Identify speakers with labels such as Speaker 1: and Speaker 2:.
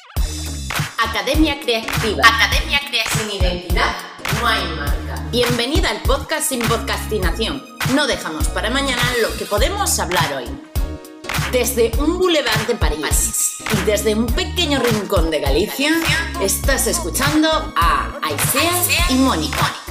Speaker 1: Academia Creativa. Sin identidad no hay marca. Bienvenida al podcast sin podcastinación. No dejamos para mañana lo que podemos hablar hoy. Desde un boulevard de París y desde un pequeño rincón de Galicia, estás escuchando a Aisea y Mónica.